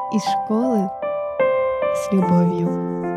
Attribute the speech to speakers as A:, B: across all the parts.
A: из школы с любовью.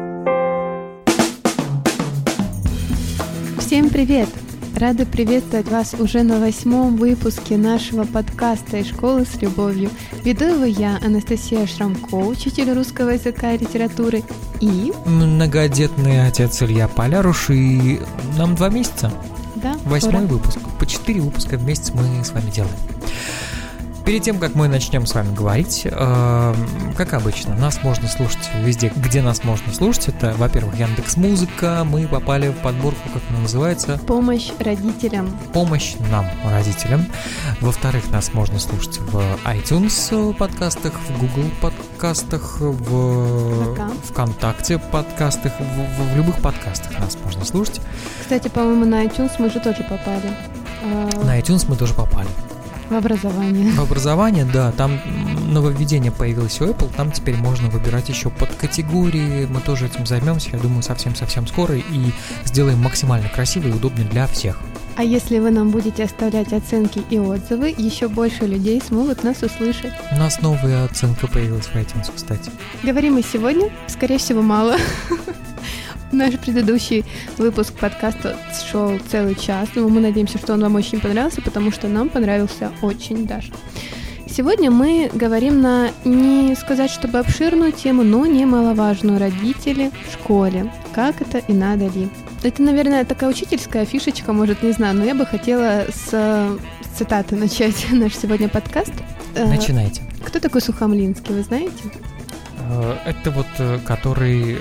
A: Всем привет! Рада приветствовать вас уже на 8-м выпуске нашего подкаста «Из школы с любовью». Веду его я, Анастасия Шрамко, учитель русского языка и литературы, и...
B: многодетный отец Илья Поляруш, и нам 2 месяца.
A: Да,
B: 8-й выпуск. По 4 выпуска в месяц мы с вами делаем. Перед тем, как мы начнем с вами говорить, как обычно, нас можно слушать везде, где нас можно слушать. Это, во-первых, Яндекс.Музыка, мы попали в подборку, как она называется?
A: Помощь родителям.
B: Помощь нам, родителям. Во-вторых, нас можно слушать в iTunes подкастах, в Google подкастах, в ВКонтакте подкастах, в любых подкастах нас можно слушать.
A: Кстати, по-моему, на iTunes мы же тоже попали.
B: На iTunes мы тоже попали.
A: В образование.
B: В образование, да, там нововведение появилось у Apple, там теперь можно выбирать еще подкатегории, мы тоже этим займемся, я думаю, совсем-совсем скоро и сделаем максимально красиво и удобно для всех.
A: А если вы нам будете оставлять оценки и отзывы, еще больше людей смогут нас услышать.
B: У нас новая оценка появилась в iTunes, кстати.
A: Говорим мы сегодня, скорее всего, мало. Наш предыдущий выпуск подкаста шел целый час, но мы надеемся, что он вам очень понравился, потому что нам понравился очень даже. Сегодня мы говорим на, не сказать, чтобы обширную тему, но немаловажную: родители в школе. Как это и надо ли? Это, наверное, такая учительская фишечка, может, не знаю, но я бы хотела с цитаты начать наш сегодня подкаст.
B: Начинайте.
A: Кто такой Сухомлинский, вы знаете?
B: Это вот который...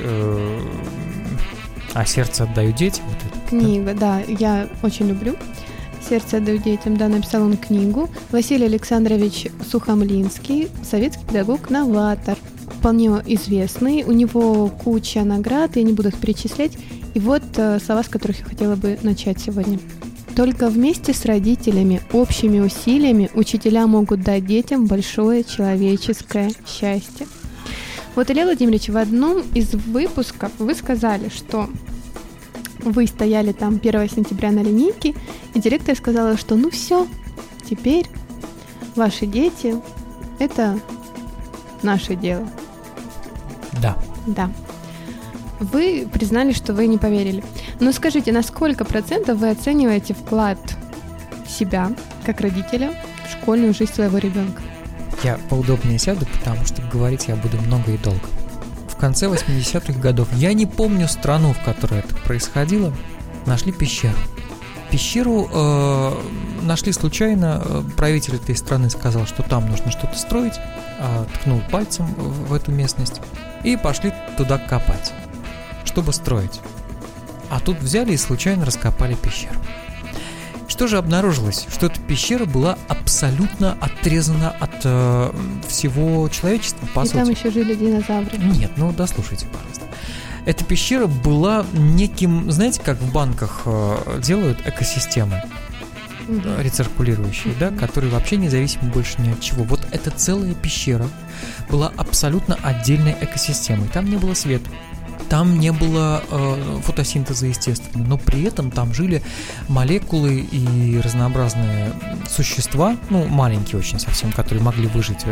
B: А «Сердце отдаю детям». Вот это,
A: книга, да, я очень люблю. «Сердце отдаю детям», да, написал он книгу. Василий Александрович Сухомлинский, советский педагог-новатор, вполне известный. У него куча наград, я не буду их перечислять. И вот слова, с которых я хотела бы начать сегодня. Только вместе с родителями, общими усилиями учителя могут дать детям большое человеческое счастье. Вот, Илья Владимирович, в одном из выпусков вы сказали, что вы стояли там 1 сентября на линейке, и директор сказала, что ну все, теперь ваши дети – это наше дело.
B: Да.
A: Да. Вы признали, что вы не поверили. Но скажите, на сколько процентов вы оцениваете вклад себя, как родителя, в школьную жизнь своего ребенка?
B: Я поудобнее сяду, потому что говорить я буду много и долго. В конце 80-х годов, я не помню страну, в которой это происходило, нашли пещеру. Пещеру нашли случайно, правитель этой страны сказал, что там нужно что-то строить, ткнул пальцем в эту местность и пошли туда копать, чтобы строить. А тут взяли и случайно раскопали пещеру. Что же обнаружилось? Что эта пещера была абсолютно отрезана от всего человечества, по сути.
A: И там еще жили динозавры.
B: Нет, ну дослушайте, пожалуйста. Эта пещера была неким, знаете, как в банках делают экосистемы, рециркулирующие, да, которые вообще независимы больше ни от чего. Вот эта целая пещера была абсолютно отдельной экосистемой. Там не было света. Там не было фотосинтеза, естественно, но при этом там жили молекулы и разнообразные существа, ну, маленькие очень совсем, которые могли выжить.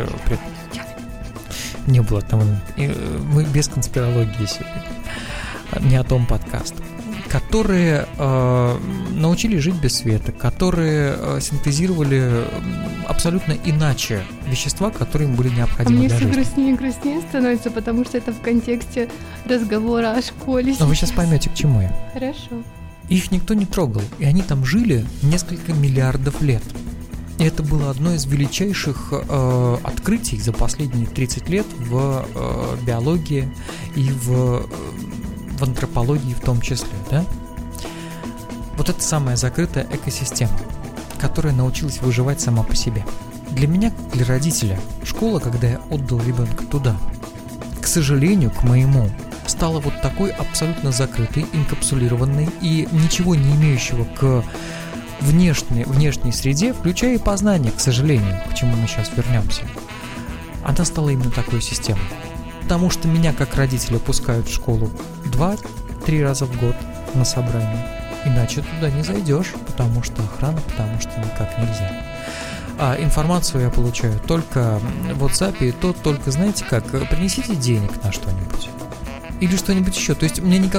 B: Не было там... Мы без конспирологии сегодня. Не о том подкаст. Которые научились жить без света, которые синтезировали абсолютно иначе вещества, которые им были необходимы для жизни.
A: Мне все грустнее и грустнее становится, потому что это в контексте разговора о школе.
B: Но вы сейчас поймете, к чему я.
A: Хорошо.
B: Их никто не трогал, и они там жили несколько миллиардов лет. И это было одно из величайших открытий за последние 30 лет в биологии и в антропологии в том числе, да? Вот это самая закрытая экосистема, которая научилась выживать сама по себе. Для меня, для родителя, школа, когда я отдал ребенка туда, к сожалению, к моему, стала вот такой абсолютно закрытой, инкапсулированной и ничего не имеющего к внешней среде, включая и познание, к сожалению, к чему мы сейчас вернемся. Она стала именно такой системой. Потому что меня, как родителя, пускают в школу 2-3 раза в год на собрание. Иначе туда не зайдешь, потому что охрана, потому что никак нельзя. информацию я получаю только в WhatsApp, и то только, знаете как, принесите денег на что-нибудь. Или что-нибудь еще. То есть у меня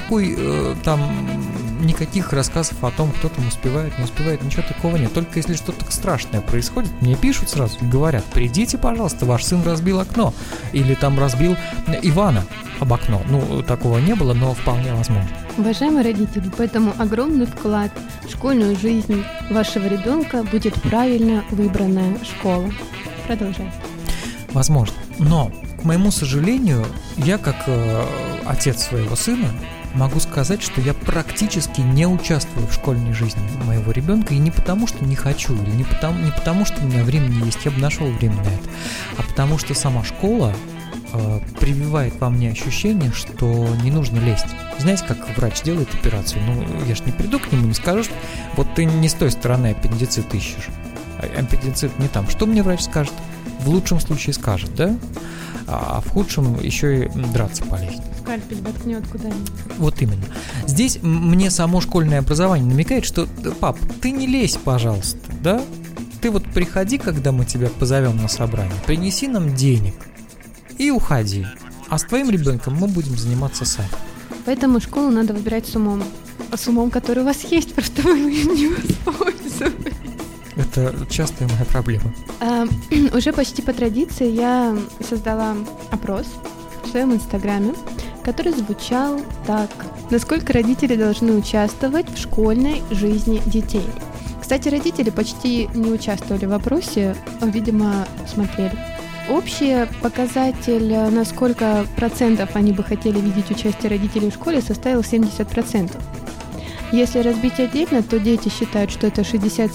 B: никаких рассказов о том, кто там успевает, не успевает, ничего такого нет. Только если что-то страшное происходит, мне пишут сразу и говорят: придите, пожалуйста, ваш сын разбил окно. Или там разбил Ивана об окно. Ну, такого не было, но вполне возможно.
A: Уважаемые родители, поэтому огромный вклад в школьную жизнь вашего ребенка будет правильно выбранная школа. Продолжай.
B: Возможно. Но, к моему сожалению, я как отец своего сына могу сказать, что я практически не участвую в школьной жизни моего ребенка, и не потому, что не хочу, или не потому, что у меня времени есть, я бы нашел время на это, а потому что сама школа прививает во мне ощущение, что не нужно лезть. Знаете, как врач делает операцию? Ну, я ж не приду к нему, не скажу, что вот ты не с той стороны аппендицит ищешь. Аппендицит не там. Что мне врач скажет? В лучшем случае скажет, да? А в худшем еще и драться полезет.
A: Скальпель воткнет куда-нибудь.
B: Вот именно. Здесь мне само школьное образование намекает, что: пап, ты не лезь, пожалуйста, да? Ты вот приходи, когда мы тебя позовем на собрание, принеси нам денег и уходи. А с твоим ребенком мы будем заниматься сами.
A: Поэтому школу надо выбирать с умом. А с умом, который у вас есть, просто вы им не воспользовались.
B: Это частая моя проблема.
A: Уже почти по традиции я создала опрос в своем инстаграме, который звучал так: насколько родители должны участвовать в школьной жизни детей. Кстати, родители почти не участвовали в опросе, видимо, смотрели. Общий показатель, на сколько процентов они бы хотели видеть участие родителей в школе, составил 70%. Если разбить отдельно, то дети считают, что это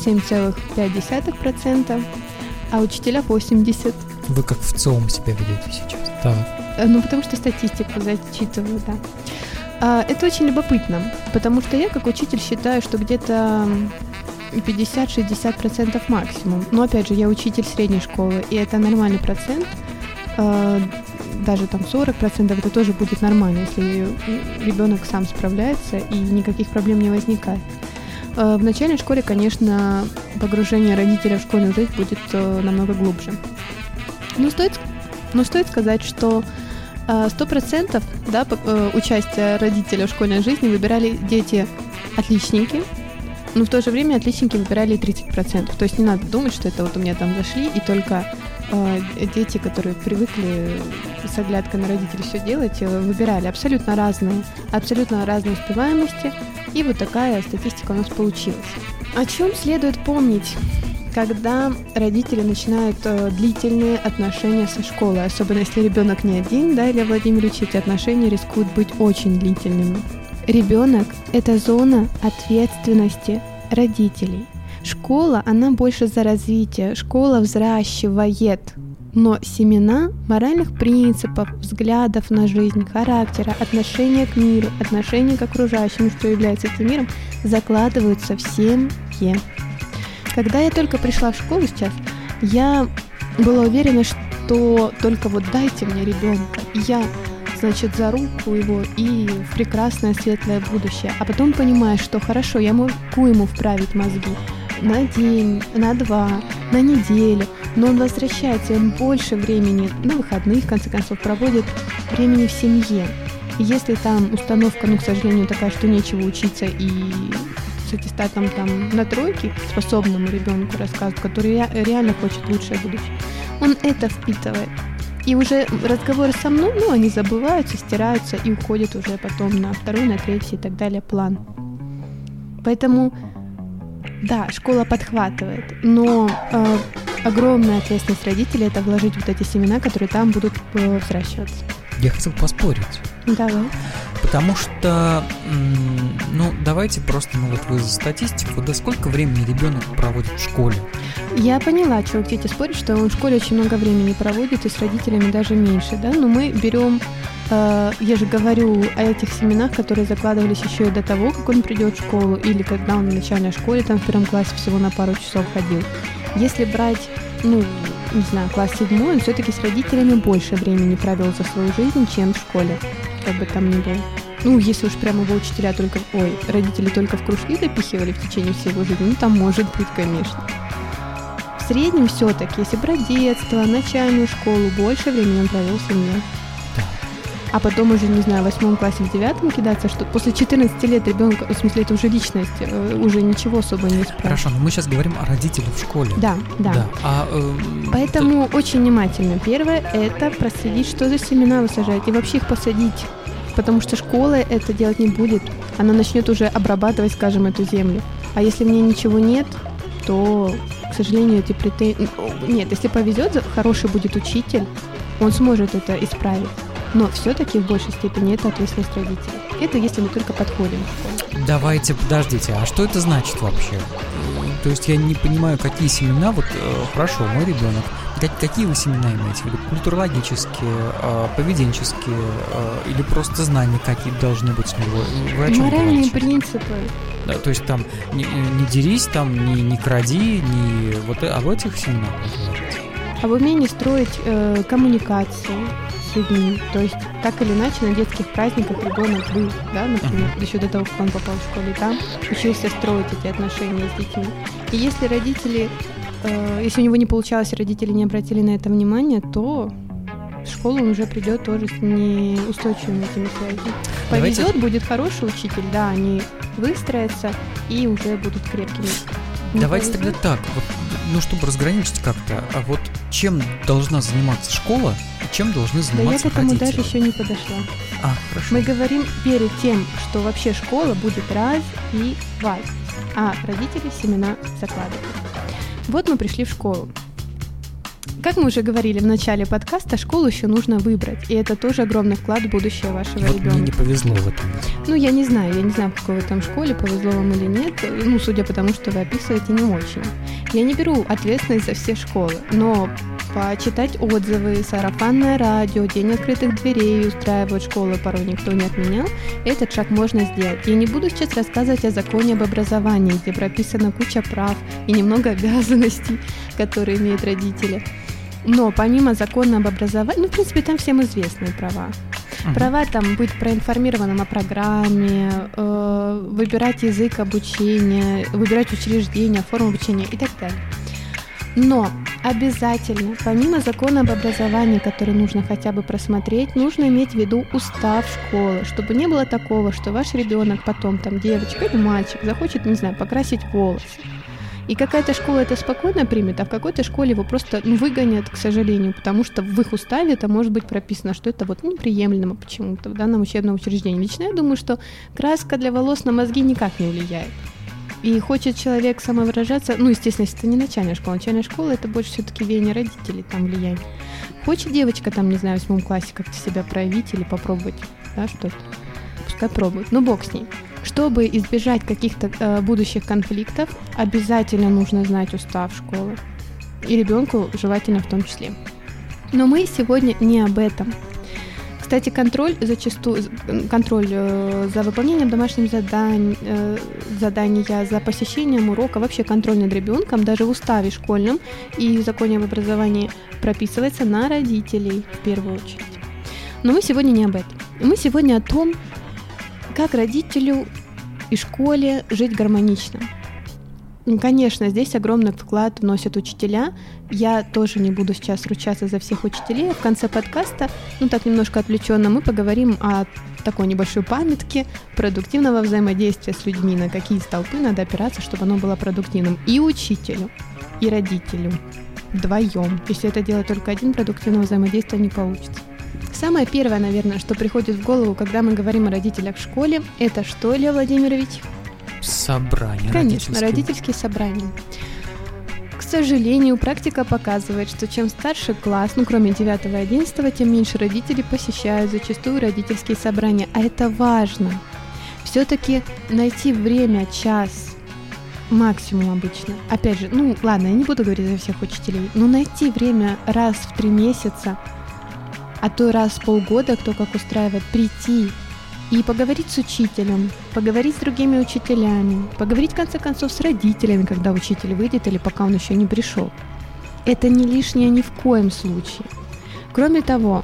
A: 67,5%, а учителя 80%.
B: Вы как в ЦИОМ себя ведете сейчас. Да.
A: Ну, потому что статистику зачитываю, да. Это очень любопытно, потому что я, как учитель, считаю, что где-то 50-60% максимум. Но, опять же, я учитель средней школы, и это нормальный процент. Даже там 40% это тоже будет нормально, если ребенок сам справляется и никаких проблем не возникает. В начальной школе, конечно, погружение родителя в школьную жизнь будет намного глубже. Но стоит сказать, что 100% да, участия родителя в школьной жизни выбирали дети-отличники, но в то же время отличники выбирали 30%. То есть не надо думать, что это вот у меня там зашли, и только дети, которые привыкли с оглядкой на родителей все делать, выбирали абсолютно разные успеваемости, и вот такая статистика у нас получилась. О чем следует помнить, когда родители начинают длительные отношения со школой, особенно если ребенок не один, да, Илья Владимирович, эти отношения рискуют быть очень длительными. Ребенок – это зона ответственности родителей. Школа, она больше за развитие, школа взращивает, но семена моральных принципов, взглядов на жизнь, характера, отношения к миру, отношения к окружающему, что является этим миром, закладываются в семье. Когда я только пришла в школу сейчас, я была уверена, что только вот дайте мне ребенка, и я, значит, за руку его и в прекрасное светлое будущее. А потом понимаешь, что хорошо, я могу ему вправить мозги на день, на 2, на неделю, но он возвращается, и он больше времени на выходных, в конце концов, проводит времени в семье. И если там установка, к сожалению, такая, что нечего учиться, и с аттестатом там на тройке способному ребенку рассказывать, который реально хочет лучшее будущее, он это впитывает. И уже разговоры со мной, они забываются, стираются и уходят уже потом на 2, на 3 и так далее план. Поэтому да, школа подхватывает, но огромная ответственность родителей – это вложить вот эти семена, которые там будут взращиваться.
B: Я хотел поспорить.
A: Давай.
B: Потому что, давайте просто, вот вы за статистику, да сколько времени ребенок проводит в школе?
A: Я поняла, что вы хотите спорить, что он в школе очень много времени проводит, и с родителями даже меньше, да? Но мы берем, я же говорю о этих семенах, которые закладывались еще и до того, как он придет в школу, или когда он в начальной школе, там в 1 классе всего на пару часов ходил. Если брать, класс 7, он все-таки с родителями больше времени провел за свою жизнь, чем в школе, как бы там ни было. Если уж прямо его учителя родители только в кружки запихивали в течение всей его жизни, там может быть, конечно. в среднем все-таки, если брать детство, начальную школу, больше времени он провел в семье. А потом уже, не знаю, в 8 классе, в 9 кидаться, что после 14 лет ребенка, в смысле, это уже личность, уже ничего особо не исправить.
B: Хорошо, но мы сейчас говорим о родителях в школе.
A: Да. Поэтому очень внимательно. Первое – это проследить, что за семена вы сажаете, и вообще их посадить. Потому что школа это делать не будет. Она начнет уже обрабатывать, скажем, эту землю. А если в ней ничего нет, то, к сожалению, эти претензии... Нет, если повезет, хороший будет учитель, он сможет это исправить. Но все-таки в большей степени это ответственность родителей. Это если мы только подходим к школе.
B: Давайте, подождите, а что это значит вообще? То есть я не понимаю, какие семена, хорошо, мой ребенок, какие вы семена имеете в виду? Культурологические, поведенческие или просто знания какие-то должны быть с него?
A: Моральные принципы.
B: Да, то есть там не дерись, там не кради, об этих семенах вы говорите?
A: Об умении строить коммуникации с людьми. То есть так или иначе на детских праздниках ребенок был, да, например, еще до того, как он попал в школу, и там учился строить эти отношения с детьми. И если родители, если у него не получалось, родители не обратили на это внимание, то в школу он уже придет тоже с неустойчивыми этими связями. Повезет, будет хороший учитель, да, они выстроятся и уже будут крепкими.
B: Давайте тогда так, чтобы разграничить как-то, чем должна заниматься школа и чем должны заниматься родители?
A: Да я к этому даже еще не подошла.
B: Хорошо.
A: Мы говорим перед тем, что вообще школа будет развивать, а родители семена закладывают. Вот мы пришли в школу. Как мы уже говорили в начале подкаста, школу еще нужно выбрать, и это тоже огромный вклад в будущее вашего ребенка.
B: Мне не повезло в этом.
A: Я не знаю, в какой вы там школе, повезло вам или нет, судя по тому, что вы описываете, не очень. Я не беру ответственность за все школы, но почитать отзывы, сарафанное радио, день открытых дверей устраивают школы, порой никто не отменял, этот шаг можно сделать. Я не буду сейчас рассказывать о законе об образовании, где прописана куча прав и немного обязанностей, которые имеют родители. Но помимо закона об образовании, в принципе, там всем известные права. Права там быть проинформированным о программе, выбирать язык обучения, выбирать учреждения, форму обучения и так далее. Но обязательно, помимо закона об образовании, который нужно хотя бы просмотреть, нужно иметь в виду устав школы, чтобы не было такого, что ваш ребенок потом, девочка или мальчик, захочет, покрасить волосы. И какая-то школа это спокойно примет, а в какой-то школе его просто выгонят, к сожалению, потому что в их уставе это может быть прописано, что это неприемлемо почему-то в данном учебном учреждении. Лично я думаю, что краска для волос на мозги никак не влияет. И хочет человек самовыражаться, естественно, если это не начальная школа это больше все-таки веяние родителей, там влияние. Хочет девочка, в 8 классе как-то себя проявить или попробовать, что-то, пускай пробует, бог с ней. Чтобы избежать каких-то будущих конфликтов, обязательно нужно знать устав школы. И ребенку желательно в том числе. Но мы сегодня не об этом. Кстати, контроль за выполнением домашних задания, за посещением урока, вообще контроль над ребенком, даже в уставе школьном и в законе об образовании прописывается на родителей в первую очередь. Но мы сегодня не об этом. Мы сегодня о том, как родителю и школе жить гармонично. Конечно, здесь огромный вклад вносят учителя. Я тоже не буду сейчас ручаться за всех учителей. В конце подкаста, так немножко отвлеченно, мы поговорим о такой небольшой памятке продуктивного взаимодействия с людьми, на какие столпы надо опираться, чтобы оно было продуктивным и учителю, и родителю вдвоем. Если это делать только один, продуктивного взаимодействия не получится. Самое первое, наверное, что приходит в голову, когда мы говорим о родителях в школе, это что, Илья Владимирович?
B: Собрания.
A: Конечно, родительские собрания. К сожалению, практика показывает, что чем старше класс, кроме 9 и 11, тем меньше родителей посещают зачастую родительские собрания. А это важно. Все-таки найти время, час, максимум обычно. Опять же, ладно, я не буду говорить за всех учителей, но найти время раз в 3 месяца, а то раз в полгода, кто как устраивает, прийти и поговорить с учителем, поговорить с другими учителями, поговорить, в конце концов, с родителями, когда учитель выйдет или пока он еще не пришел. Это не лишнее ни в коем случае. Кроме того,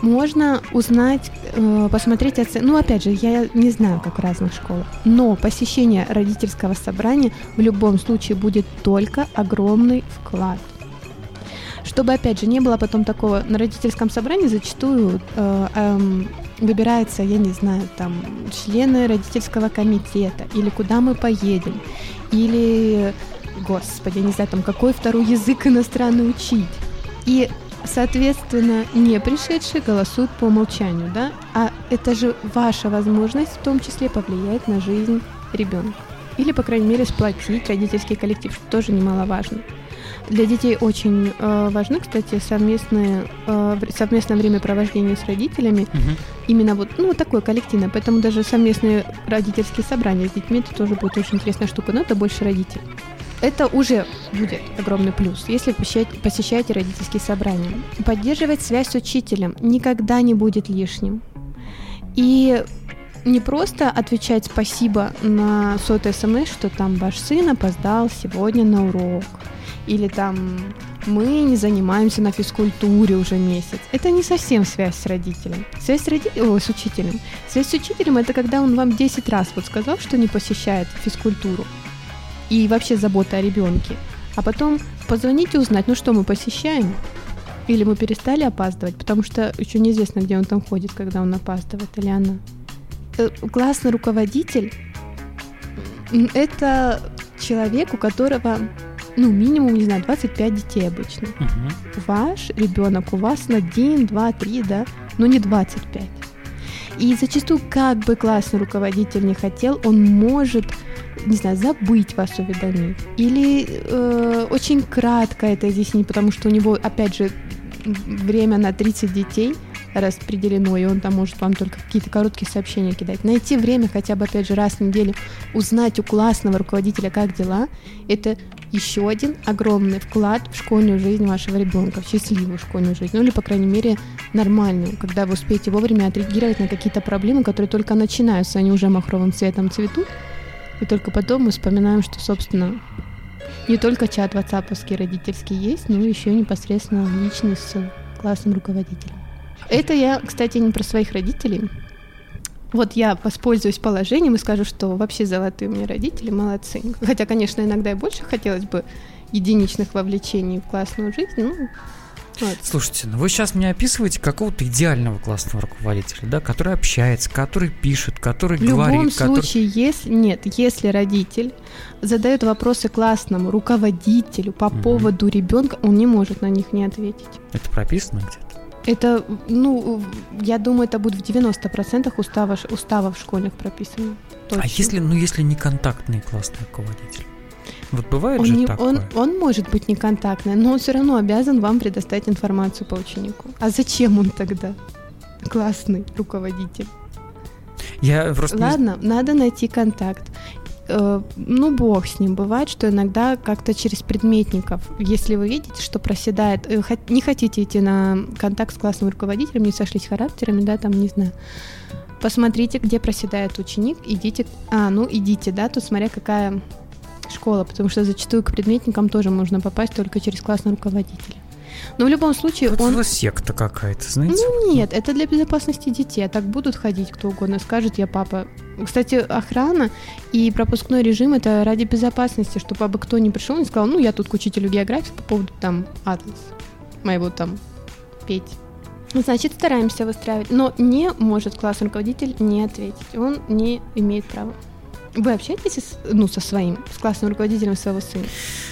A: Можно узнать, посмотреть оценки. Ну, опять же, я не знаю, как в разных школах. Но посещение родительского собрания в любом случае будет только огромный вклад. Чтобы, опять же, не было потом такого, на родительском собрании зачастую выбираются, я не знаю, там, члены родительского комитета, или куда мы поедем, или, господи, я не знаю, там, какой второй язык иностранный учить. И, соответственно, не пришедшие голосуют по умолчанию, да? А это же ваша возможность в том числе повлиять на жизнь ребенка. Или, по крайней мере, сплотить родительский коллектив, что тоже немаловажно. Для детей очень важны, кстати, совместное времяпровождение с родителями. Именно вот, ну, такое коллективное. Поэтому даже совместные родительские собрания с детьми, это тоже будет очень интересная штука, но это больше родителей. Это уже будет огромный плюс, если посещаете родительские собрания. Поддерживать связь с учителем никогда не будет лишним. И не просто отвечать спасибо на сотый смс, что там ваш сын опоздал сегодня на урок. Или там мы не занимаемся на физкультуре уже месяц. Это не совсем связь с родителем. Связь с учителем. Связь с учителем — это когда он вам 10 раз вот сказал, что не посещает физкультуру. И вообще забота о ребенке. А потом позвоните узнать, ну что, мы посещаем? Или мы перестали опаздывать? Потому что еще неизвестно, где он там ходит, когда он опаздывает, или она. Классный руководитель — это человек, у которого, ну, минимум, не знаю, 25 детей обычно. Ваш ребенок у вас на 1, 2, 3, да, но не 25. И зачастую, как бы классный руководитель не хотел, он может, не знаю, забыть вас уведомить. Или очень кратко это изъяснить, потому что у него, опять же, время на 30 детей распределено, и он там может вам только какие-то короткие сообщения кидать. Найти время хотя бы, опять же, раз в неделю, узнать у классного руководителя, как дела, это еще один огромный вклад в школьную жизнь вашего ребенка, в счастливую школьную жизнь, ну или, по крайней мере, нормальную, когда вы успеете вовремя отреагировать на какие-то проблемы, которые только начинаются, они уже махровым цветом цветут, и только потом мы вспоминаем, что, собственно, не только чат ватсаповский родительский есть, но еще и непосредственно личный с классным руководителем. Это я, кстати, не про своих родителей. Вот я воспользуюсь положением и скажу, что вообще золотые у меня родители, молодцы. Хотя, конечно, иногда и больше хотелось бы единичных вовлечений в классную жизнь. Ну, вот.
B: Слушайте, ну вы сейчас мне описываете какого-то идеального классного руководителя, да, который общается, который пишет, который говорит.
A: В любом случае, если родитель задает вопросы классному руководителю по поводу ребенка, он не может на них не ответить.
B: Это прописано где-то?
A: Это, ну, я думаю, это будет в 90% уставов школьных прописано. Точно.
B: А если не контактный классный руководитель? Вот бывает же такое?
A: Он может быть неконтактный, но он все равно обязан вам предоставить информацию по ученику. А зачем он тогда классный руководитель? Ладно, надо найти контакт. Ну, бог с ним. Бывает, что иногда как-то через предметников, если вы видите, что проседает, не хотите идти на контакт с классным руководителем, не сошлись характерами, да, там, не знаю, посмотрите, где проседает ученик, идите, да, тут смотря какая школа, потому что зачастую к предметникам тоже можно попасть только через классного руководителя. Но в любом случае
B: это секта какая-то, знаете?
A: Ну, нет, это для безопасности детей. А так будут ходить кто угодно, скажет, я папа. Кстати, охрана и пропускной режим — это ради безопасности, чтобы абы кто не пришел и не сказал, ну, я тут к учителю географии по поводу там атлас моего там Петь. Значит, стараемся выстраивать. Но не может классный руководитель не ответить. Он не имеет права. Вы общаетесь с классным руководителем своего сына?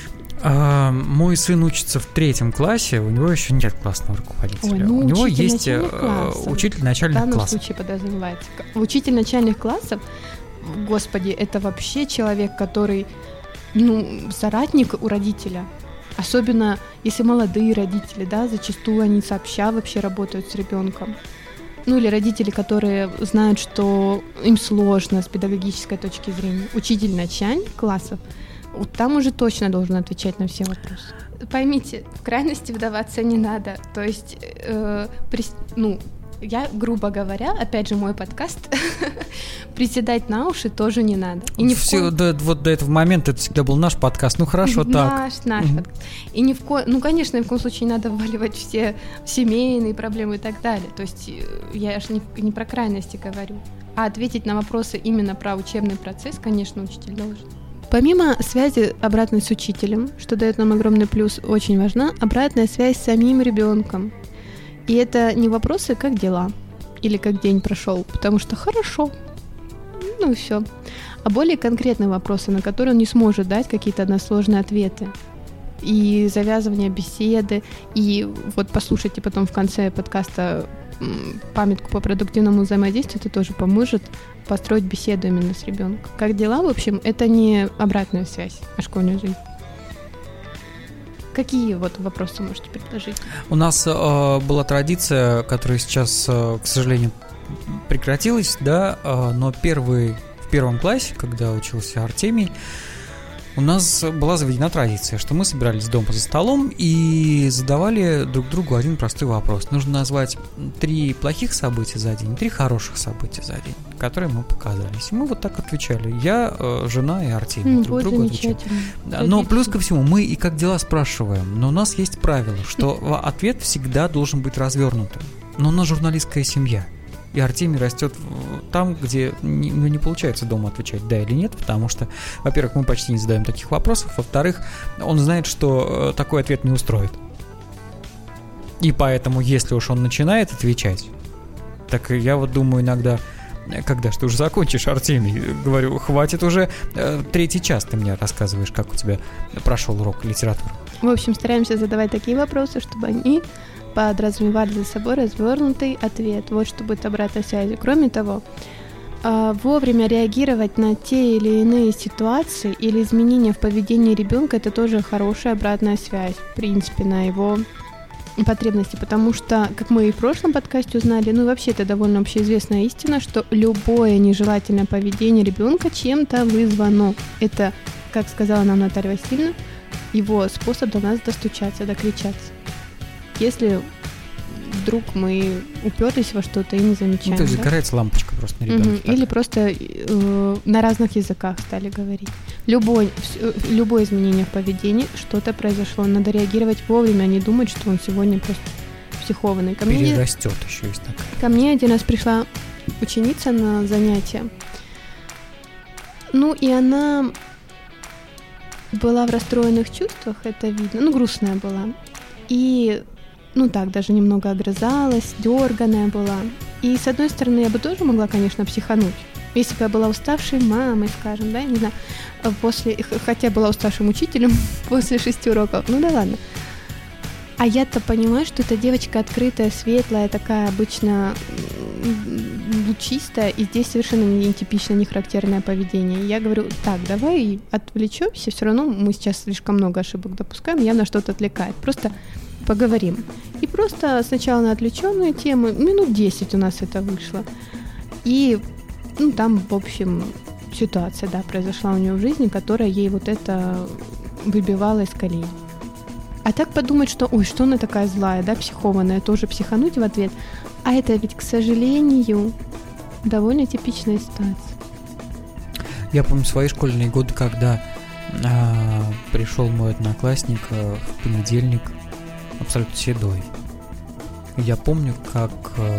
B: Мой сын учится в 3 классе, у него еще нет классного руководителя. У него есть учитель начальных классов. В данном случае подразумевается.
A: Учитель начальных классов, господи, это вообще человек, который, соратник у родителя. Особенно, если молодые родители, да, зачастую они сообща вообще работают с ребенком. Или родители, которые знают, что им сложно с педагогической точки зрения. Учитель начальных классов, вот там уже точно должен отвечать на все вопросы. Поймите, в крайности вдаваться не надо. То есть, я, грубо говоря, опять же, мой подкаст, приседать на уши тоже не надо.
B: И ни вот до этого момента это всегда был наш подкаст. Ну хорошо, так.
A: Наш подкаст. И конечно, ни в коем случае не надо вваливать все семейные проблемы и так далее. То есть я же не про крайности говорю. А ответить на вопросы именно про учебный процесс, конечно, учитель должен. Помимо связи обратной с учителем, что дает нам огромный плюс, очень важна обратная связь с самим ребенком. И это не вопросы «как дела?» или «как день прошел?», потому что «хорошо», ну и все. А более конкретные вопросы, на которые он не сможет дать какие-то односложные ответы. И завязывание беседы, и вот послушайте потом в конце подкаста памятку по продуктивному взаимодействию, это тоже поможет построить беседу именно с ребенком. Как дела, в общем, это не обратная связь о школьной жизни. Какие вот вопросы можете предложить?
B: У нас была традиция, которая сейчас, к сожалению, прекратилась, да, но в первом классе, когда учился Артемий, у нас была заведена традиция, что мы собирались дома за столом и задавали друг другу один простой вопрос. Нужно назвать 3 плохих события за день, 3 хороших события за день, которые мы показались. И мы вот так отвечали. Я, жена и Артемий друг другу отвечали. Но плюс ко всему, мы и как дела спрашиваем, но у нас есть правило, что ответ всегда должен быть развернутым. Но у нас журналистская семья. И Артемий растет там, где не получается дома отвечать да или нет, потому что, во-первых, мы почти не задаем таких вопросов, во-вторых, он знает, что такой ответ не устроит. И поэтому, если уж он начинает отвечать, так я вот думаю иногда, когда ж ты уже закончишь, Артемий, говорю, хватит уже, 3-й час ты мне рассказываешь, как у тебя прошел урок литературы.
A: В общем, стараемся задавать такие вопросы, чтобы они подразумевали за собой развернутый ответ. Вот что будет обратной связью. Кроме того, вовремя реагировать на те или иные ситуации или изменения в поведении ребенка — это тоже хорошая обратная связь, в принципе, на его потребности, потому что, как мы и в прошлом подкасте узнали, ну и вообще это довольно общеизвестная истина, что любое нежелательное поведение ребенка чем-то вызвано. Это, как сказала нам Наталья Васильевна, его способ до нас достучаться, докричаться. Если вдруг мы уперлись во что-то и не замечаем. Ну,
B: то есть загорается лампочка просто на ребенке.
A: Или просто на разных языках стали говорить. Любое изменение в поведении, что-то произошло. Надо реагировать вовремя, а не думать, что он сегодня просто психованный.
B: Перерастет еще есть такая.
A: Ко мне один раз пришла ученица на занятие. Ну, и она была в расстроенных чувствах, это видно. Ну, грустная была. И даже немного огрызалась, дерганая была. И, с одной стороны, я бы тоже могла, конечно, психануть. Если бы я была уставшей мамой, скажем, да, не знаю, хотя была уставшим учителем после 6 уроков, ну да ладно. А я-то понимаю, что эта девочка открытая, светлая, такая обычно лучистая, и здесь совершенно не типично, не характерное поведение. Я говорю, так, давай отвлечемся, все равно мы сейчас слишком много ошибок допускаем, явно что-то отвлекает. Просто поговорим. И просто сначала на отвлеченную тему, минут 10 у нас это вышло. И, там, в общем, ситуация, да, произошла у нее в жизни, которая ей вот это выбивала из колеи. А так подумать, что, что она такая злая, да, психованная, тоже психануть в ответ. А это ведь, к сожалению, довольно типичная ситуация.
B: Я помню свои школьные годы, когда пришел мой одноклассник в понедельник абсолютно седой. Я помню, как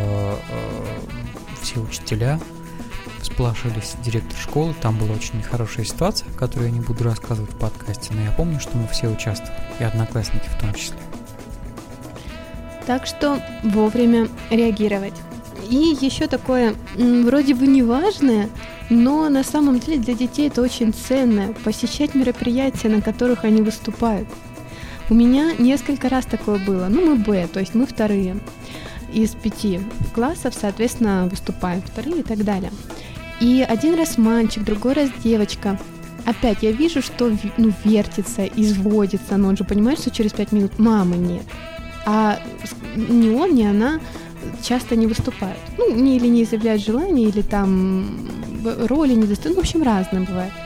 B: все учителя всполошились, директор школы, там была очень нехорошая ситуация, которую я не буду рассказывать в подкасте, но я помню, что мы все участвовали, и одноклассники в том числе.
A: Так что вовремя реагировать. И еще такое, вроде бы неважное, но на самом деле для детей это очень ценно, посещать мероприятия, на которых они выступают. У меня несколько раз такое было. Мы Б, то есть мы вторые. Из 5 классов, соответственно, выступаем вторые и так далее. И один раз мальчик, другой раз девочка. Опять я вижу, что вертится, изводится, но он же понимает, что через 5 минут мамы нет. А ни он, ни она часто не выступают. Или не изъявляют желания, или там роли не достают. В общем, разное бывает.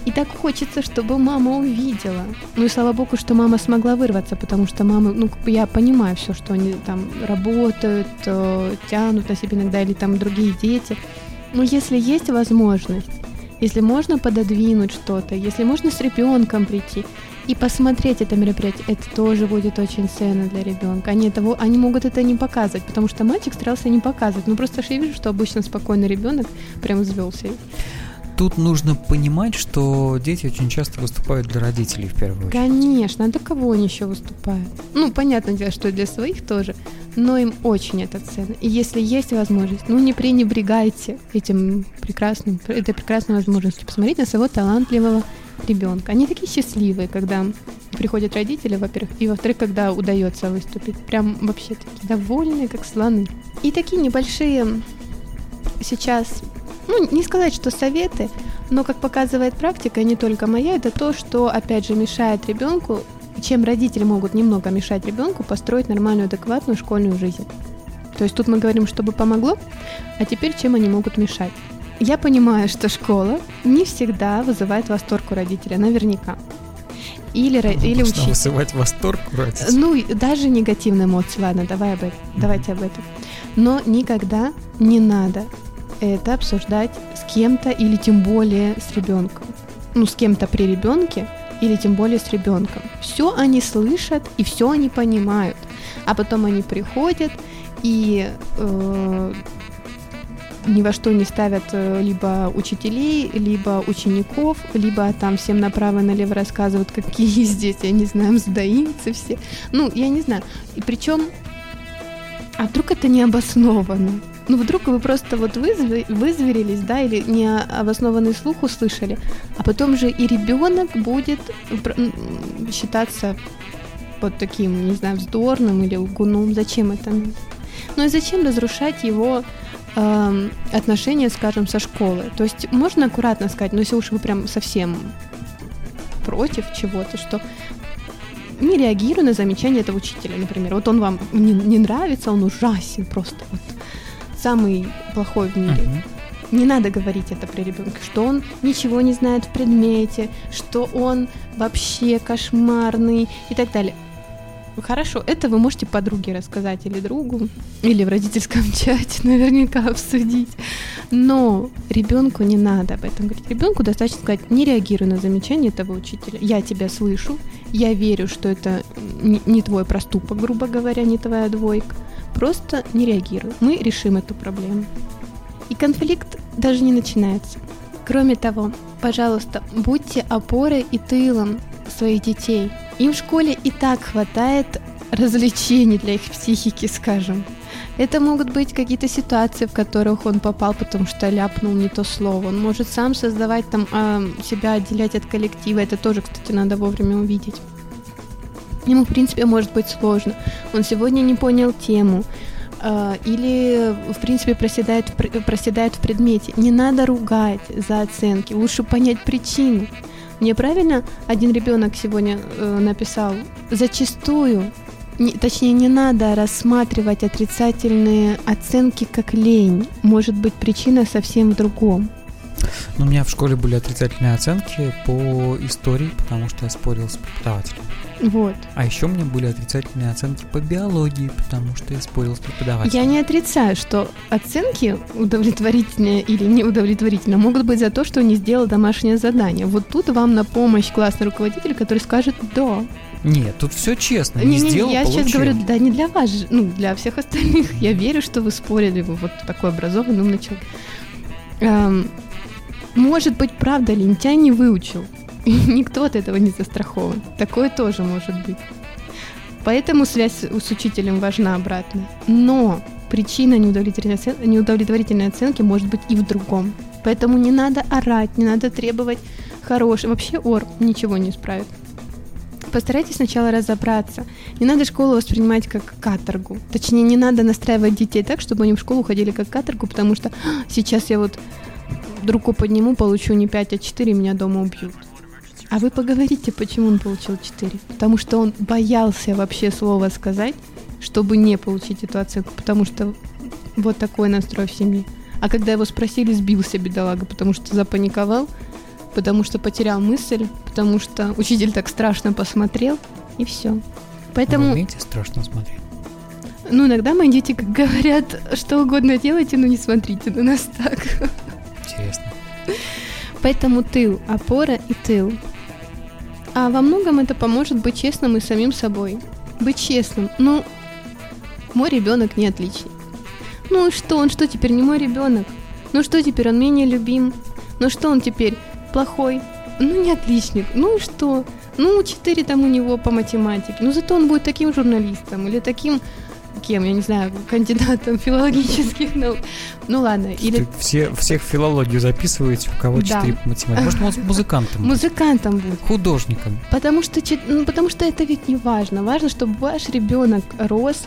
A: И так хочется, чтобы мама увидела. Ну и слава богу, что мама смогла вырваться, потому что мамы, я понимаю все, что они там работают, тянут на себе иногда, или там другие дети. Но если есть возможность, если можно пододвинуть что-то, если можно с ребенком прийти и посмотреть это мероприятие, это тоже будет очень ценно для ребенка. Они могут это не показывать, потому что мальчик старался не показывать. Просто я вижу, что обычно спокойный ребенок прям взвелся.
B: Тут нужно понимать, что дети очень часто выступают для родителей в первую очередь.
A: Конечно, а для кого они еще выступают? Понятное дело, что и для своих тоже, но им очень это ценно. И если есть возможность, не пренебрегайте этой прекрасной возможностью посмотреть на своего талантливого ребенка. Они такие счастливые, когда приходят родители, во-первых, и во-вторых, когда удается выступить. Прям вообще такие довольные, как слоны. И такие небольшие сейчас... не сказать, что советы, но, как показывает практика, не только моя, это то, что, опять же, мешает ребенку, чем родители могут немного мешать ребенку построить нормальную, адекватную школьную жизнь. То есть тут мы говорим, чтобы помогло, а теперь чем они могут мешать. Я понимаю, что школа не всегда вызывает восторг у родителя, наверняка. Или учителя.
B: Вызывать восторг у родителей.
A: Даже негативные эмоции, ладно, давайте об этом. Но никогда не надо это обсуждать с кем-то или тем более с ребенком. С кем-то при ребенке или тем более с ребенком. Все они слышат и все они понимают. А потом они приходят и ни во что не ставят либо учителей, либо учеников, либо там всем направо-налево рассказывают, какие здесь, я не знаю, мздоимцы все. Я не знаю. И причем, а вдруг это не обосновано? Вдруг вы просто вызверились, да, или необоснованный слух услышали, а потом же и ребенок будет считаться вот таким, не знаю, вздорным или лгуном. Зачем это? И зачем разрушать его отношения, скажем, со школой? То есть можно аккуратно сказать, но если уж вы прям совсем против чего-то, что не реагирую на замечания этого учителя, например. Вот он вам не нравится, он ужасен просто, самый плохой в мире. Не надо говорить это при ребенке, что он ничего не знает в предмете, что он вообще кошмарный и так далее. Хорошо, это вы можете подруге рассказать или другу, или в родительском чате наверняка обсудить. Но ребенку не надо об этом говорить. Ребенку достаточно сказать: не реагируй на замечания этого учителя. Я тебя слышу, я верю, что это не твой проступок, грубо говоря, не твоя двойка. Просто не реагируй. Мы решим эту проблему. И конфликт даже не начинается. Кроме того, пожалуйста, будьте опорой и тылом своих детей. Им в школе и так хватает развлечений для их психики, скажем. Это могут быть какие-то ситуации, в которых он попал, потому что ляпнул не то слово. Он может сам создавать себя отделять от коллектива. Это тоже, кстати, надо вовремя увидеть. Ему, в принципе, может быть сложно. Он сегодня не понял тему или, в принципе, проседает в предмете. Не надо ругать за оценки, лучше понять причину. Мне правильно один ребенок сегодня написал: зачастую, не надо рассматривать отрицательные оценки как лень. Может быть, причина совсем в другом.
B: У меня в школе были отрицательные оценки по истории, потому что я спорил с преподавателем.
A: Вот.
B: А еще у меня были отрицательные оценки по биологии, потому что я спорил с преподавателем.
A: Я не отрицаю, что оценки удовлетворительные или неудовлетворительные могут быть за то, что не сделал домашнее задание. Вот тут вам на помощь классный руководитель, который скажет «да».
B: Нет, тут все честно, не сделал,
A: я
B: получил.
A: Сейчас говорю, да, не для вас, для всех остальных. Я верю, что вы спорили, вы вот такой образованный, умный человек. Может быть, правда, лентяй не выучил. Никто от этого не застрахован. Такое тоже может быть. Поэтому связь с учителем важна обратно. Но причина неудовлетворительной оценки может быть и в другом. Поэтому не надо орать, не надо требовать хорошего. Вообще ор ничего не исправит. Постарайтесь сначала разобраться. Не надо школу воспринимать как каторгу. Точнее, не надо настраивать детей так, чтобы они в школу ходили как каторгу, потому что сейчас я вот руку подниму, получу не 5, а 4, меня дома убьют. А вы поговорите, почему он получил 4. Потому что он боялся вообще слова сказать, чтобы не получить эту оценку, потому что вот такой настрой в семье. А когда его спросили, сбился бедолага, потому что запаниковал, потому что потерял мысль, потому что учитель так страшно посмотрел, и все. Поэтому...
B: Вы умеете страшно смотреть?
A: Ну, иногда мои дети говорят, что угодно делайте, но не смотрите на нас так.
B: Интересно.
A: Поэтому тыл, опора и тыл. А во многом это поможет быть честным и самим собой. Быть честным. Ну, мой ребенок не отличник. Ну и что, он что теперь не мой ребенок? Ну что теперь, он менее любим? Ну что, он теперь плохой? Ну не отличник. Ну и что? Ну 4 там у него по математике. Ну зато он будет таким журналистом или таким... Кем, я не знаю, кандидатом филологических наук. Ну ладно. Или...
B: Всех филологию записываете, у кого 4 по математике. Может, он музыкантом будет?
A: Музыкантом будет.
B: Художником.
A: Потому что это ведь не важно. Важно, чтобы ваш ребенок рос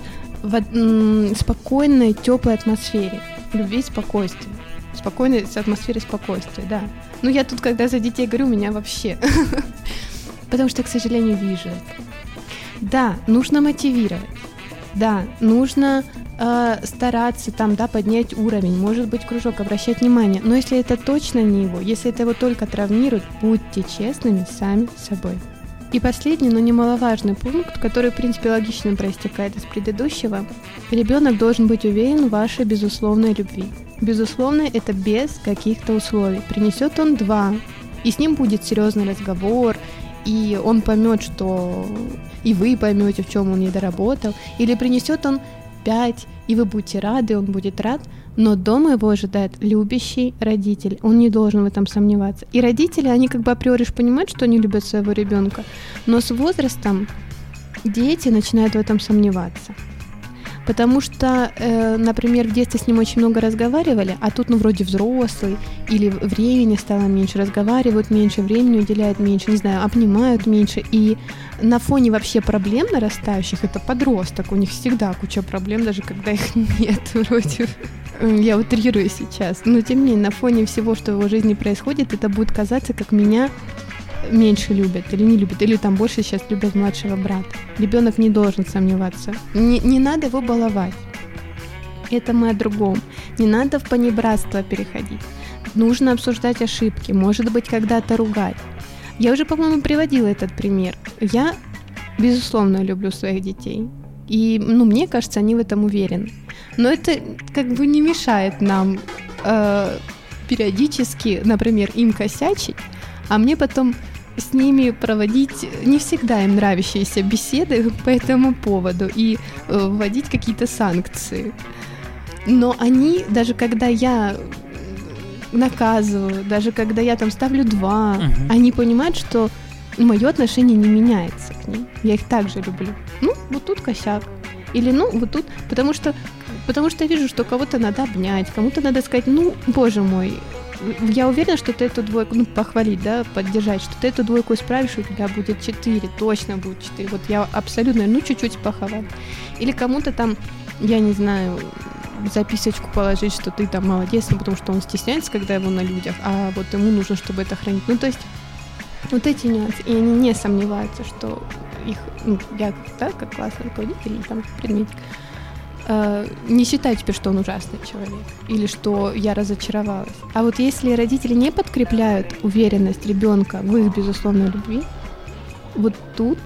A: в спокойной, теплой атмосфере. Любви и спокойствия. Спокойной атмосфере спокойствия, да. Ну, я тут, когда за детей говорю, у меня вообще. Потому что, к сожалению, вижу это. Да, нужно мотивировать. Да, нужно стараться там, да, поднять уровень, может быть, кружок, обращать внимание. Но если это точно не его, если это его только травмирует, будьте честными сами с собой. И последний, но немаловажный пункт, который, в принципе, логично проистекает из предыдущего. Ребенок должен быть уверен в вашей безусловной любви. Безусловно, это без каких-то условий. Принесет он 2, и с ним будет серьезный разговор, и он поймет, что и вы поймете, в чем он недоработал, или принесет он 5, и вы будете рады, он будет рад, но дома его ожидает любящий родитель, он не должен в этом сомневаться. И родители, они как бы априори понимают, что они любят своего ребенка, но с возрастом дети начинают в этом сомневаться. Потому что, например, в детстве с ним очень много разговаривали, а тут, вроде взрослый, или времени стало меньше, разговаривают меньше, времени уделяют меньше, не знаю, обнимают меньше. И на фоне вообще проблем нарастающих, это подросток, у них всегда куча проблем, даже когда их нет, вроде. Я утрирую сейчас. Но тем не менее, на фоне всего, что в его жизни происходит, это будет казаться, как меня меньше любят или не любят, или там больше сейчас любят младшего брата. Ребенок не должен сомневаться. Не надо его баловать. Это мы о другом. Не надо в понебратство переходить. Нужно обсуждать ошибки, может быть, когда-то ругать. Я уже, по-моему, приводила этот пример. Я, безусловно, люблю своих детей. И, мне кажется, они в этом уверены. Но это как бы не мешает нам периодически, например, им косячить, а мне потом с ними проводить не всегда им нравящиеся беседы по этому поводу и вводить какие-то санкции. Но они, даже когда я наказываю, даже когда я там ставлю 2, они понимают, что мое отношение не меняется к ним. Я их также люблю. Вот тут косяк. Или, вот тут, потому что я вижу, что кого-то надо обнять, кому-то надо сказать, боже мой, я уверена, что ты эту двойку, похвалить, да, поддержать, что ты эту двойку исправишь, у тебя будет 4, точно будет 4. Вот я абсолютно, чуть-чуть похвалить. Или кому-то там, я не знаю, записочку положить, что ты там молодец, потому что он стесняется, когда его на людях, а вот ему нужно, чтобы это хранить. То есть вот эти нюансы. И они не сомневаются, что их, я, да, как классный руководитель или там предметик, не считаю теперь, что он ужасный человек или что я разочаровалась. А вот если родители не подкрепляют уверенность ребенка в их безусловной любви, вот тут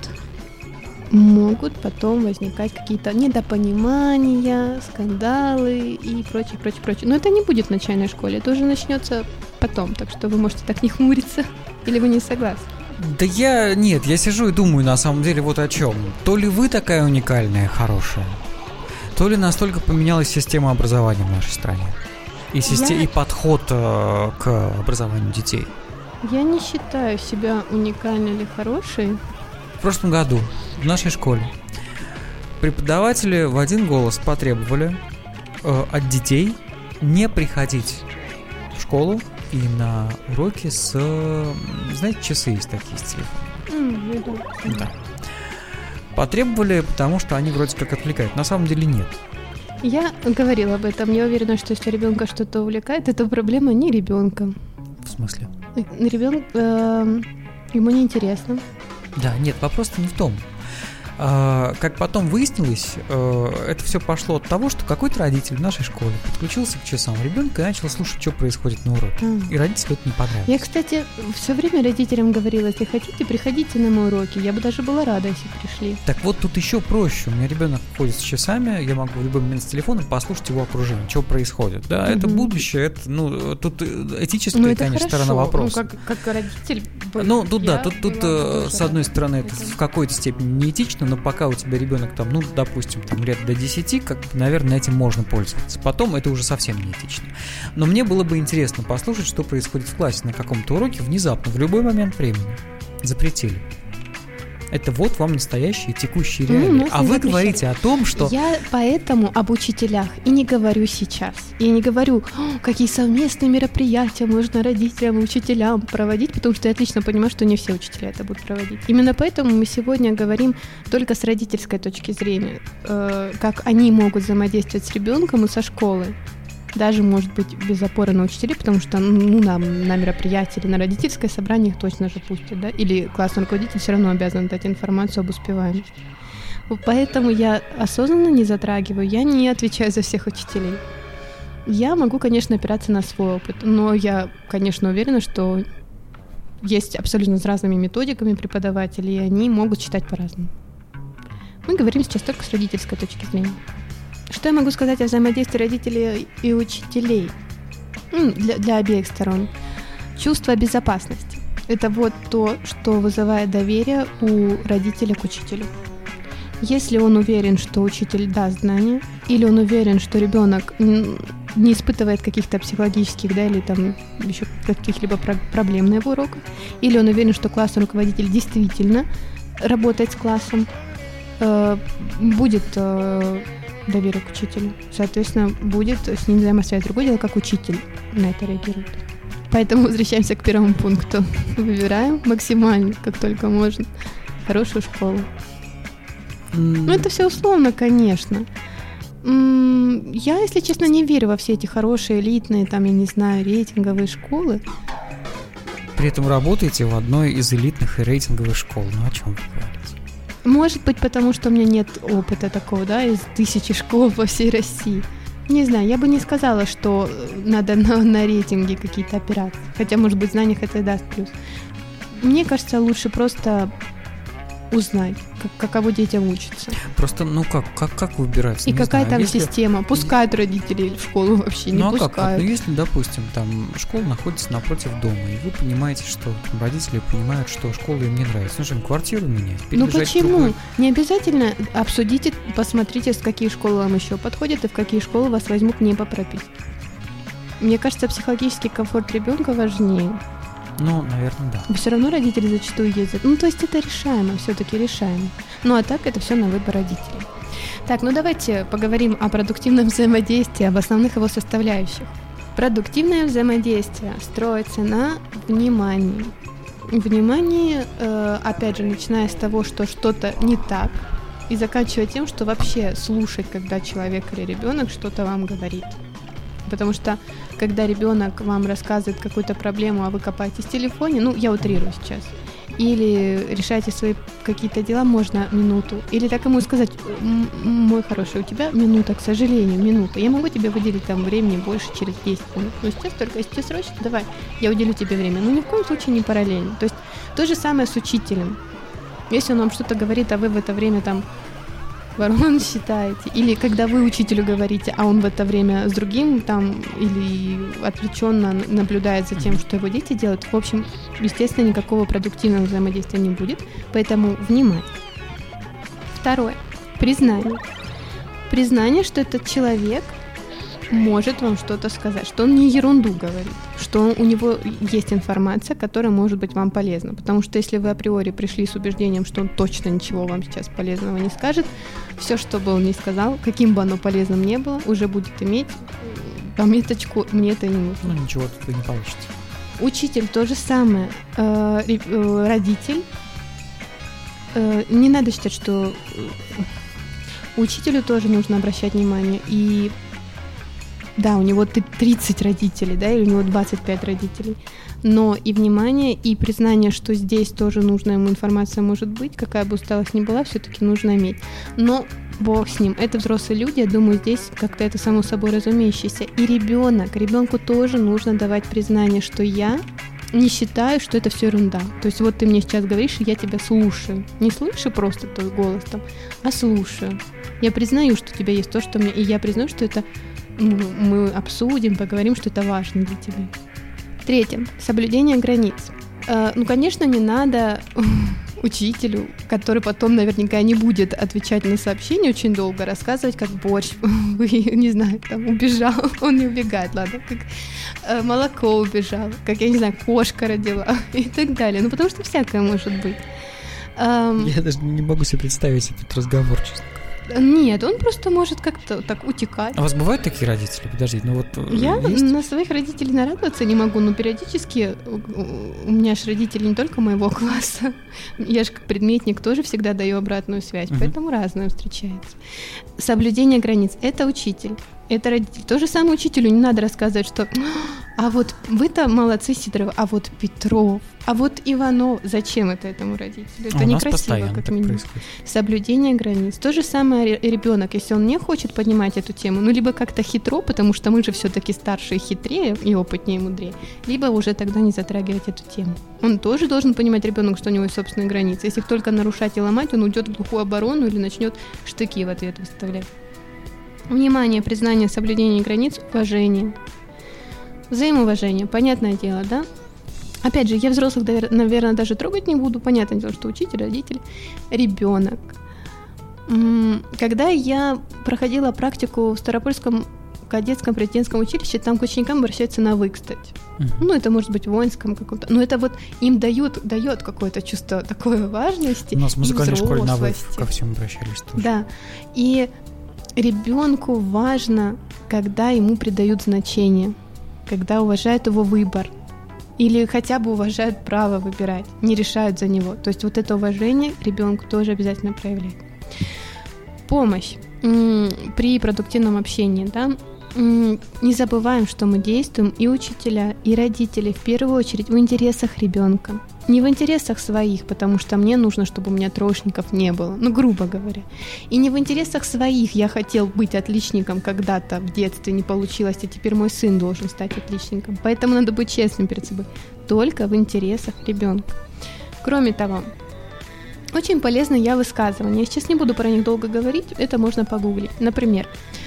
A: могут потом возникать какие-то недопонимания, скандалы и прочее. Но это не будет в начальной школе, это уже начнется потом, так что вы можете так не хмуриться, или вы не согласны?
B: Да я сижу и думаю на самом деле вот о чем. То ли вы такая уникальная, хорошая, то ли настолько поменялась система образования в нашей стране и подход к образованию детей.
A: Я не считаю себя уникальной или хорошей.
B: В прошлом году в нашей школе преподаватели в один голос потребовали от детей не приходить в школу и на уроки знаете, часы есть такие с телефоном. Да. Потребовали, потому что они вроде как отвлекают. На самом деле нет.
A: Я говорила об этом. Я уверена, что если ребенка что-то увлекает, это проблема не ребенка.
B: В смысле?
A: Ребенок ему неинтересно.
B: Да, нет, вопрос-то не в том. Как потом выяснилось, это все пошло от того, что какой-то родитель в нашей школе подключился к часам ребенка и начал слушать, что происходит на уроке. И родителю это не понравилось.
A: Я, кстати, все время родителям говорила, если хотите, приходите на мои уроки. Я бы даже была рада, если пришли.
B: Так вот, тут еще проще. У меня ребенок ходит с часами, я могу в любой момент с телефоном послушать его окружение, что происходит. Да, это будущее, это, тут этическая, конечно, сторона вопроса.
A: Как родитель.
B: Тут с одной стороны, это в какой-то степени неэтично, но пока у тебя ребенок там, допустим, там лет до 10, наверное, этим можно пользоваться. Потом это уже совсем неэтично. Но мне было бы интересно послушать, что происходит в классе на каком-то уроке внезапно, в любой момент времени. Запретили. Это вот вам настоящие текущие реалии. А вы говорите о том, что...
A: Я поэтому об учителях и не говорю сейчас. Я не говорю, какие совместные мероприятия можно родителям и учителям проводить, потому что я отлично понимаю, что не все учителя это будут проводить. Именно поэтому мы сегодня говорим только с родительской точки зрения, как они могут взаимодействовать с ребенком и со школой. Даже, может быть, без опоры на учителей, потому что нам на мероприятии или на родительское собрание их точно же пустят, да? Или классный руководитель все равно обязан дать информацию об успеваемости. Поэтому я осознанно не затрагиваю, я не отвечаю за всех учителей. Я могу, конечно, опираться на свой опыт, но я, конечно, уверена, что есть абсолютно с разными методиками преподаватели, и они могут читать по-разному. Мы говорим сейчас только с родительской точки зрения. Что я могу сказать о взаимодействии родителей и учителей для обеих сторон? Чувство безопасности. Это вот то, что вызывает доверие у родителя к учителю. Если он уверен, что учитель даст знания, или он уверен, что ребенок не испытывает каких-то психологических, или там еще каких-либо проблем на его уроках, или он уверен, что классный руководитель действительно работает с классом, будет доверие к учителю. Соответственно, будет с ним взаимосвязь. Другое дело, как учитель на это реагирует. Поэтому возвращаемся к первому пункту. Выбираем максимально, как только можно, хорошую школу. Это все условно, конечно. Я, если честно, не верю во все эти хорошие, элитные, там, я не знаю, рейтинговые школы.
B: При этом работаете в одной из элитных и рейтинговых школ. О чем вы говорите?
A: Может быть, потому что у меня нет опыта такого, из 1000 школ по всей России. Не знаю, я бы не сказала, что надо на рейтинге какие-то опираться. Хотя, может быть, в знаниях это и даст плюс. Мне кажется, лучше просто узнать, каково детям учатся.
B: Просто, как выбирать?
A: И какая там система? Пускают родителей в школу вообще, не пускают.
B: Если, допустим, там школа находится напротив дома, и вы понимаете, что родители понимают, что школа им не нравится, нужно им квартиру менять.
A: Почему? Не обязательно обсудите, посмотрите, с какие школы вам еще подходят, и в какие школы вас возьмут не по прописке. Мне кажется, психологический комфорт ребенка важнее.
B: Наверное, да.
A: Все равно родители зачастую ездят. То есть это решаемо, все-таки решаемо. А так это все на выбор родителей. Так, давайте поговорим о продуктивном взаимодействии, об основных его составляющих. Продуктивное взаимодействие строится на внимании. Внимание, опять же, начиная с того, что что-то не так, и заканчивая тем, что вообще слушать, когда человек или ребенок что-то вам говорит. Потому что, когда ребенок вам рассказывает какую-то проблему, а вы копаетесь в телефоне, я утрирую сейчас, или решаете свои какие-то дела, можно минуту, или так ему сказать: мой хороший, у тебя минута, к сожалению, минута, я могу тебе выделить там времени больше через 10 минут, сейчас только, если тебе срочно, давай, я уделю тебе время, ни в коем случае не параллельно. То есть то же самое с учителем. Если он вам что-то говорит, а вы в это время там ворон считаете, или когда вы учителю говорите, а он в это время с другим там или отвлеченно наблюдает за тем, что его дети делают, в общем, естественно, никакого продуктивного взаимодействия не будет, поэтому внимание. Второе. Признание. Признание, что этот человек может вам что-то сказать, что он не ерунду говорит, что у него есть информация, которая может быть вам полезна. Потому что если вы априори пришли с убеждением, что он точно ничего вам сейчас полезного не скажет, все, что бы он ни сказал, каким бы оно полезным ни было, уже будет иметь пометочку «мне это не нужно».
B: Ничего тут не получится.
A: Учитель то же самое. Родитель. Не надо считать, что учителю тоже нужно обращать внимание. И да, у него 30 родителей, да, или у него 25 родителей, но и внимание, и признание, что здесь тоже нужная ему информация может быть, какая бы усталость ни была, все-таки нужно иметь. Но бог с ним, это взрослые люди, я думаю, здесь как-то это само собой разумеющееся. И ребенку тоже нужно давать признание, что я не считаю, что это все ерунда. То есть вот ты мне сейчас говоришь, и я тебя слушаю. Не слышу просто твой голос там, а слушаю. Я признаю, что у тебя есть то, что мне... И я признаю, что это... мы обсудим, поговорим, что это важно для тебя. Третье. Соблюдение границ. Конечно, не надо учителю, который потом наверняка не будет отвечать на сообщения очень долго, рассказывать, как борщ, не знаю, там, убежал, он не убегает, ладно, как молоко убежало, как, я не знаю, кошка родила и так далее. Потому что всякое может быть.
B: Я даже не могу себе представить этот разговор, честно.
A: Нет, он просто может как-то так утекать.
B: А у вас бывают такие родители? Подожди,
A: Я
B: есть?
A: На своих родителей нарадоваться не могу, но периодически у меня же родители не только моего класса, я же как предметник тоже всегда даю обратную связь, поэтому разное встречается. Соблюдение границ – это учитель, это родитель. То же самое учителю не надо рассказывать, что а вот вы-то молодцы, Сидорова, а вот Петров, а вот Иванов. Зачем это этому родителю? Это некрасиво, как минимум. Соблюдение границ. То же самое ребенок, если он не хочет поднимать эту тему, либо как-то хитро, потому что мы же все-таки старше и хитрее, и опытнее, и мудрее, либо уже тогда не затрагивать эту тему. Он тоже должен понимать, ребенок, что у него есть собственные границы. Если их только нарушать и ломать, он уйдет в глухую оборону или начнет штыки в ответ выставлять. Внимание, признание, соблюдение границ, уважение. Взаимоуважение, понятное дело, да? Опять же, я взрослых, наверное, даже трогать не буду. Понятное дело, что учитель, родитель, ребенок. Когда я проходила практику в Ставропольском кадетском президентском училище, там к ученикам обращаются на «вы», кстати. Это может быть в воинском каком-то. Но это вот им дает какое-то чувство такой важности.
B: У нас в музыкальной школе на «вы» ко всем обращались тоже.
A: Да. И ребенку важно, когда ему придают значение, когда уважают его выбор. Или хотя бы уважают право выбирать, не решают за него. То есть вот это уважение ребенку тоже обязательно проявлять. Помощь при продуктивном общении, да. Не забываем, что мы действуем и учителя, и родители в первую очередь в интересах ребенка. Не в интересах своих, потому что мне нужно, чтобы у меня троечников не было, грубо говоря. И не в интересах своих, я хотел быть отличником когда-то в детстве, не получилось, а теперь мой сын должен стать отличником. Поэтому надо быть честным перед собой. Только в интересах ребенка. Кроме того, очень полезно я-высказывания. Я сейчас не буду про них долго говорить, это можно погуглить. Например,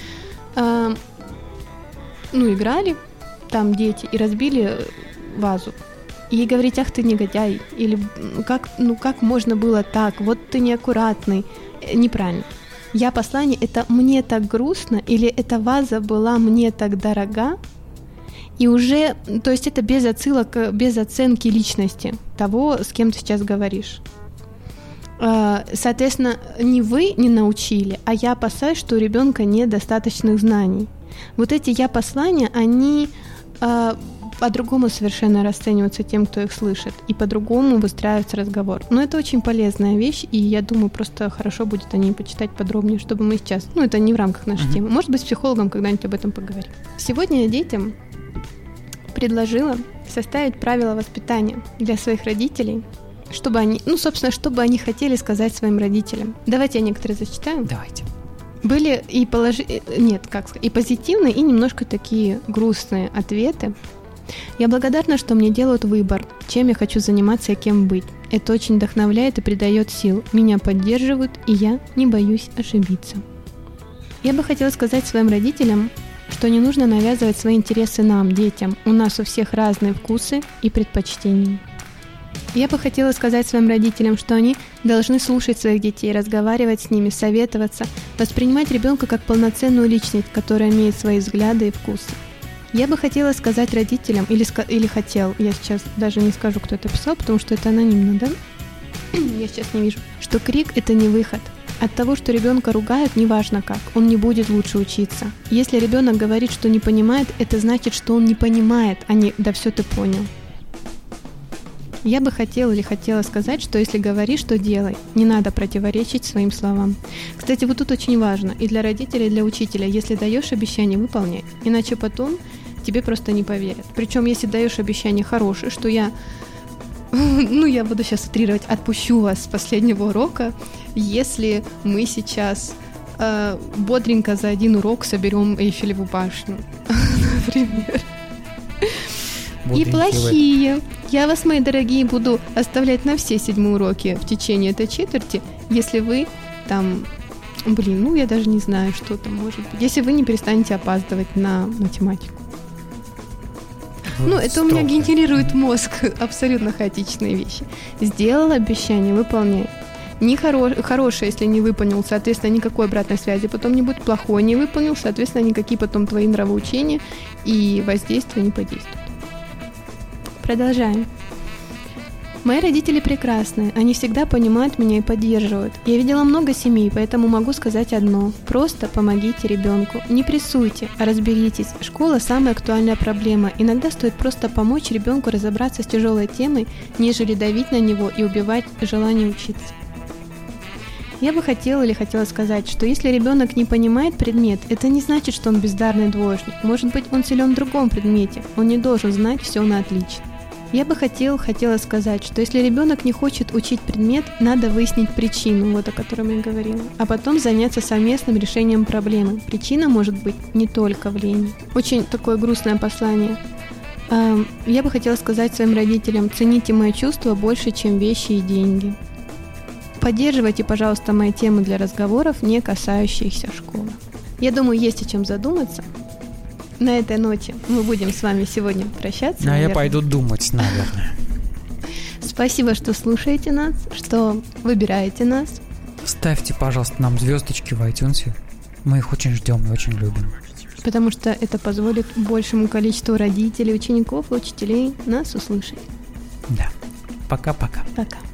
A: играли там дети и разбили вазу. И говорить: ах ты негодяй, или как можно было так, вот ты неаккуратный. Неправильно. Я послание — это мне так грустно, или эта ваза была мне так дорога, и уже, то есть это без отсылок, без оценки личности того, с кем ты сейчас говоришь. Соответственно, не вы не научили, а я опасаюсь, что у ребенка нет достаточных знаний. Вот эти я-послания, они по-другому совершенно расцениваются тем, кто их слышит, и по-другому выстраивается разговор. Но это очень полезная вещь, и я думаю, просто хорошо будет о ней почитать подробнее, чтобы мы сейчас... это не в рамках нашей темы. Может быть, с психологом когда-нибудь об этом поговорим. Сегодня я детям предложила составить правила воспитания для своих родителей, чтобы они, чтобы они хотели сказать своим родителям. Давайте я некоторые зачитаю.
B: Давайте.
A: Были и и позитивные, и немножко такие грустные ответы. Я благодарна, что мне делают выбор, чем я хочу заниматься и кем быть. Это очень вдохновляет и придает сил. Меня поддерживают, и я не боюсь ошибиться. Я бы хотела сказать своим родителям, что не нужно навязывать свои интересы нам, детям. У нас у всех разные вкусы и предпочтения. Я бы хотела сказать своим родителям, что они должны слушать своих детей, разговаривать с ними, советоваться, воспринимать ребенка как полноценную личность, которая имеет свои взгляды и вкусы. Я бы хотела сказать родителям, или хотел, я сейчас даже не скажу, кто это писал, потому что это анонимно, да? Я сейчас не вижу. Что крик – это не выход. От того, что ребенка ругают, неважно как, он не будет лучше учиться. Если ребенок говорит, что не понимает, это значит, что он не понимает, а не «да все ты понял». Я бы хотела сказать, что если говоришь, то делай. Не надо противоречить своим словам. Кстати, вот тут очень важно, и для родителей, и для учителя, если даешь обещание, выполняй. Иначе потом тебе просто не поверят. Причем, если даешь обещание хорошее, что я буду сейчас утрировать, отпущу вас с последнего урока, если мы сейчас бодренько за один урок соберем Эйфелеву башню, например. И плохие. Я вас, мои дорогие, буду оставлять на все 7 уроки в течение этой четверти, если вы там... я даже не знаю, что там может быть. Если вы не перестанете опаздывать на математику. Это у меня генерирует мозг абсолютно хаотичные вещи. Сделал обещание, выполняй. Хорошее, если не выполнил, соответственно, никакой обратной связи потом не будет. Плохое не выполнил, соответственно, никакие потом твои нравоучения и воздействия не подействуют. Продолжаем. Мои родители прекрасные, они всегда понимают меня и поддерживают. Я видела много семей, поэтому могу сказать одно. Просто помогите ребенку. Не прессуйте, а разберитесь. Школа – самая актуальная проблема. Иногда стоит просто помочь ребенку разобраться с тяжелой темой, нежели давить на него и убивать желание учиться. Я бы хотела сказать, что если ребенок не понимает предмет, это не значит, что он бездарный двоечник. Может быть, он силен в другом предмете. Он не должен знать все на отлично. Я бы хотела сказать, что если ребенок не хочет учить предмет, надо выяснить причину, о которой я говорила, а потом заняться совместным решением проблемы. Причина может быть не только в лени. Очень такое грустное послание. Я бы хотела сказать своим родителям: цените мои чувства больше, чем вещи и деньги. Поддерживайте, пожалуйста, мои темы для разговоров, не касающиеся школы. Я думаю, есть о чем задуматься. На этой ноте мы будем с вами сегодня прощаться.
B: Я пойду думать, наверное.
A: Спасибо, что слушаете нас, что выбираете нас.
B: Ставьте, пожалуйста, нам звездочки в iTunes. Мы их очень ждем и очень любим.
A: Потому что это позволит большему количеству родителей, учеников и учителей нас услышать.
B: Да. Пока-пока.
A: Пока.